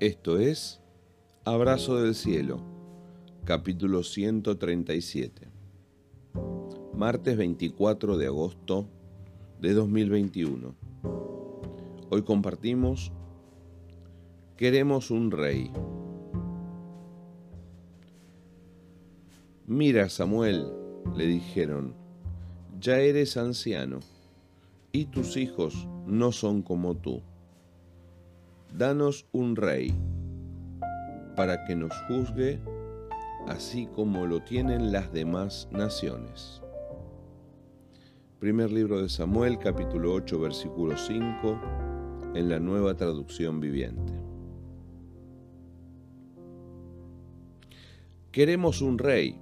Esto es Abrazo del Cielo, capítulo 137, martes 24 de agosto de 2021. Hoy compartimos Queremos un rey. Mira, Samuel, le dijeron, ya eres anciano y tus hijos no son como tú. Danos un rey para que nos juzgue así como lo tienen las demás naciones. Primer libro de Samuel, capítulo 8, versículo 5, en la Nueva Traducción Viviente. Queremos un rey.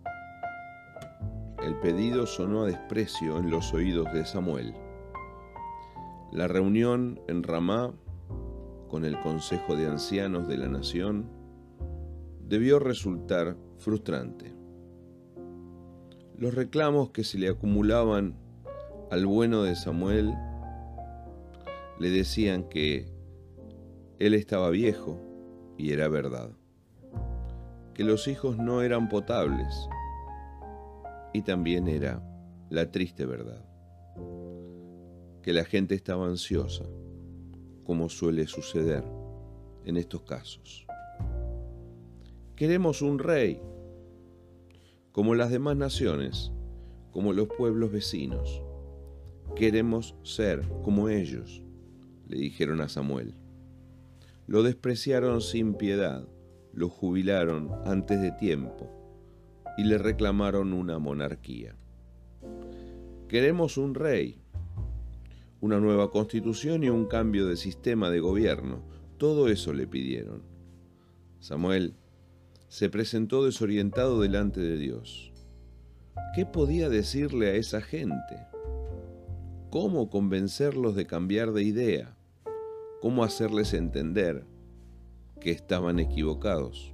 El pedido sonó a desprecio en los oídos de Samuel. La reunión en Ramá con el Consejo de Ancianos de la Nación debió resultar frustrante. Los reclamos que se le acumulaban al bueno de Samuel le decían que él estaba viejo, y era verdad, que los hijos no eran potables, y también era la triste verdad, que la gente estaba ansiosa, como suele suceder en estos casos. Queremos un rey, como las demás naciones, como los pueblos vecinos. Queremos ser como ellos, le dijeron a Samuel. Lo despreciaron sin piedad, lo jubilaron antes de tiempo y le reclamaron una monarquía. Queremos un rey, una nueva constitución y un cambio de sistema de gobierno. Todo eso le pidieron. Samuel se presentó desorientado delante de Dios. ¿Qué podía decirle a esa gente? ¿Cómo convencerlos de cambiar de idea? ¿Cómo hacerles entender que estaban equivocados?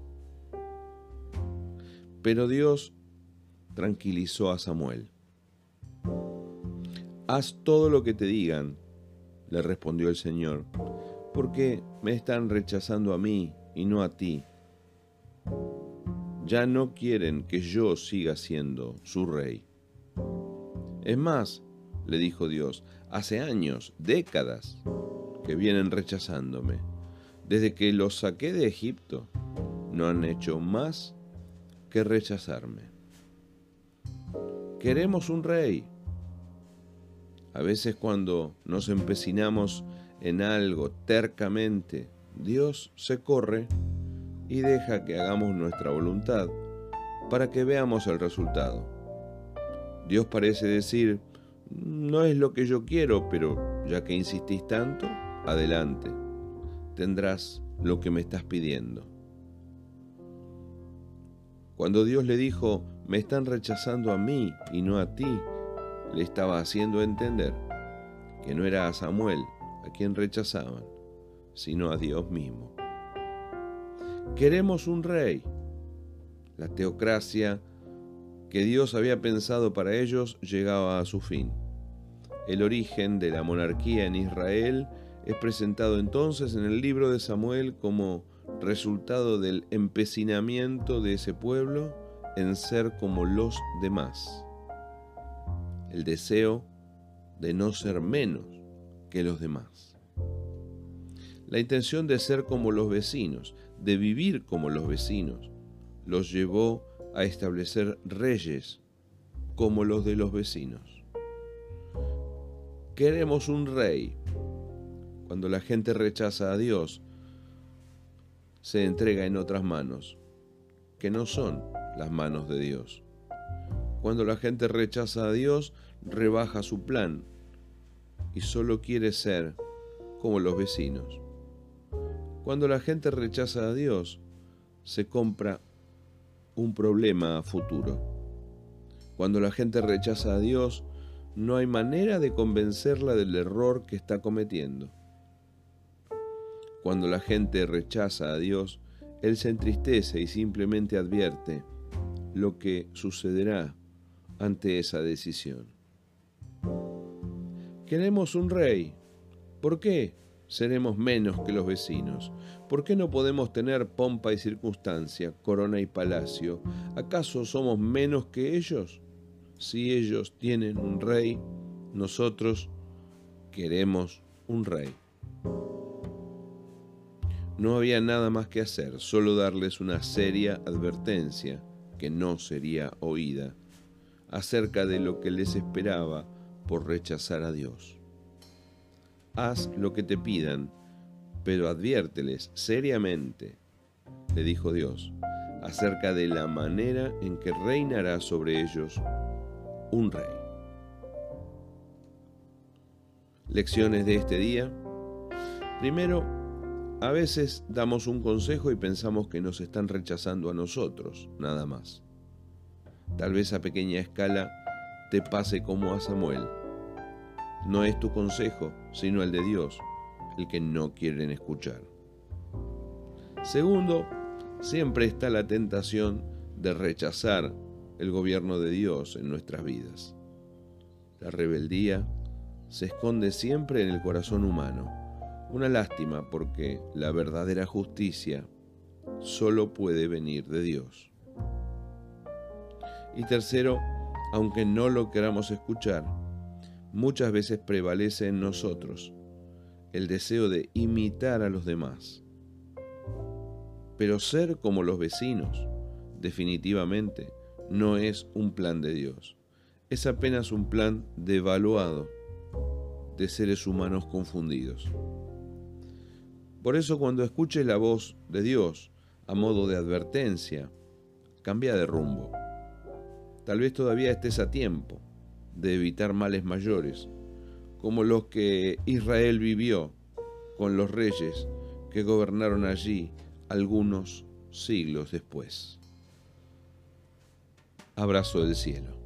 Pero Dios tranquilizó a Samuel. Haz todo lo que te digan, le respondió el Señor, porque me están rechazando a mí y no a ti. Ya no quieren que yo siga siendo su rey. Es más, le dijo Dios, hace años, décadas, que vienen rechazándome. Desde que los saqué de Egipto, no han hecho más que rechazarme. Queremos un rey. A veces cuando nos empecinamos en algo tercamente, Dios se corre y deja que hagamos nuestra voluntad para que veamos el resultado. Dios parece decir, no es lo que yo quiero, pero ya que insistís tanto, adelante, tendrás lo que me estás pidiendo. Cuando Dios le dijo, me están rechazando a mí y no a ti, le estaba haciendo entender que no era a Samuel a quien rechazaban, sino a Dios mismo. Queremos un rey. La teocracia que Dios había pensado para ellos llegaba a su fin. El origen de la monarquía en Israel es presentado entonces en el libro de Samuel como resultado del empecinamiento de ese pueblo en ser como los demás. El deseo de no ser menos que los demás. La intención de ser como los vecinos, de vivir como los vecinos, los llevó a establecer reyes como los de los vecinos. Queremos un rey. Cuando la gente rechaza a Dios, se entrega en otras manos, que no son las manos de Dios. Cuando la gente rechaza a Dios, rebaja su plan y solo quiere ser como los vecinos. Cuando la gente rechaza a Dios, se compra un problema a futuro. Cuando la gente rechaza a Dios, no hay manera de convencerla del error que está cometiendo. Cuando la gente rechaza a Dios, Él se entristece y simplemente advierte lo que sucederá ante esa decisión. Queremos un rey. ¿Por qué? seremos menos que los vecinos. ¿Por qué no podemos tener pompa y circunstancia, corona y palacio? ¿Acaso somos menos que ellos? Si ellos tienen un rey, nosotros queremos un rey. No había nada más que hacer, solo darles una seria advertencia, que no sería oída, acerca de lo que les esperaba por rechazar a Dios. Haz lo que te pidan, pero adviérteles seriamente, le dijo Dios, acerca de la manera en que reinará sobre ellos un rey. Lecciones de este día. Primero, a veces damos un consejo y pensamos que nos están rechazando a nosotros, nada más. Tal vez a pequeña escala te pase como a Samuel. No es tu consejo, sino el de Dios, el que no quieren escuchar. Segundo, siempre está la tentación de rechazar el gobierno de Dios en nuestras vidas. La rebeldía se esconde siempre en el corazón humano. Una lástima, porque la verdadera justicia solo puede venir de Dios. Y tercero, aunque no lo queramos escuchar, muchas veces prevalece en nosotros el deseo de imitar a los demás. Pero ser como los vecinos, definitivamente, no es un plan de Dios. Es apenas un plan devaluado de seres humanos confundidos. Por eso, cuando escuches la voz de Dios a modo de advertencia, cambia de rumbo. Tal vez todavía estés a tiempo de evitar males mayores, como los que Israel vivió con los reyes que gobernaron allí algunos siglos después. Abrazo del cielo.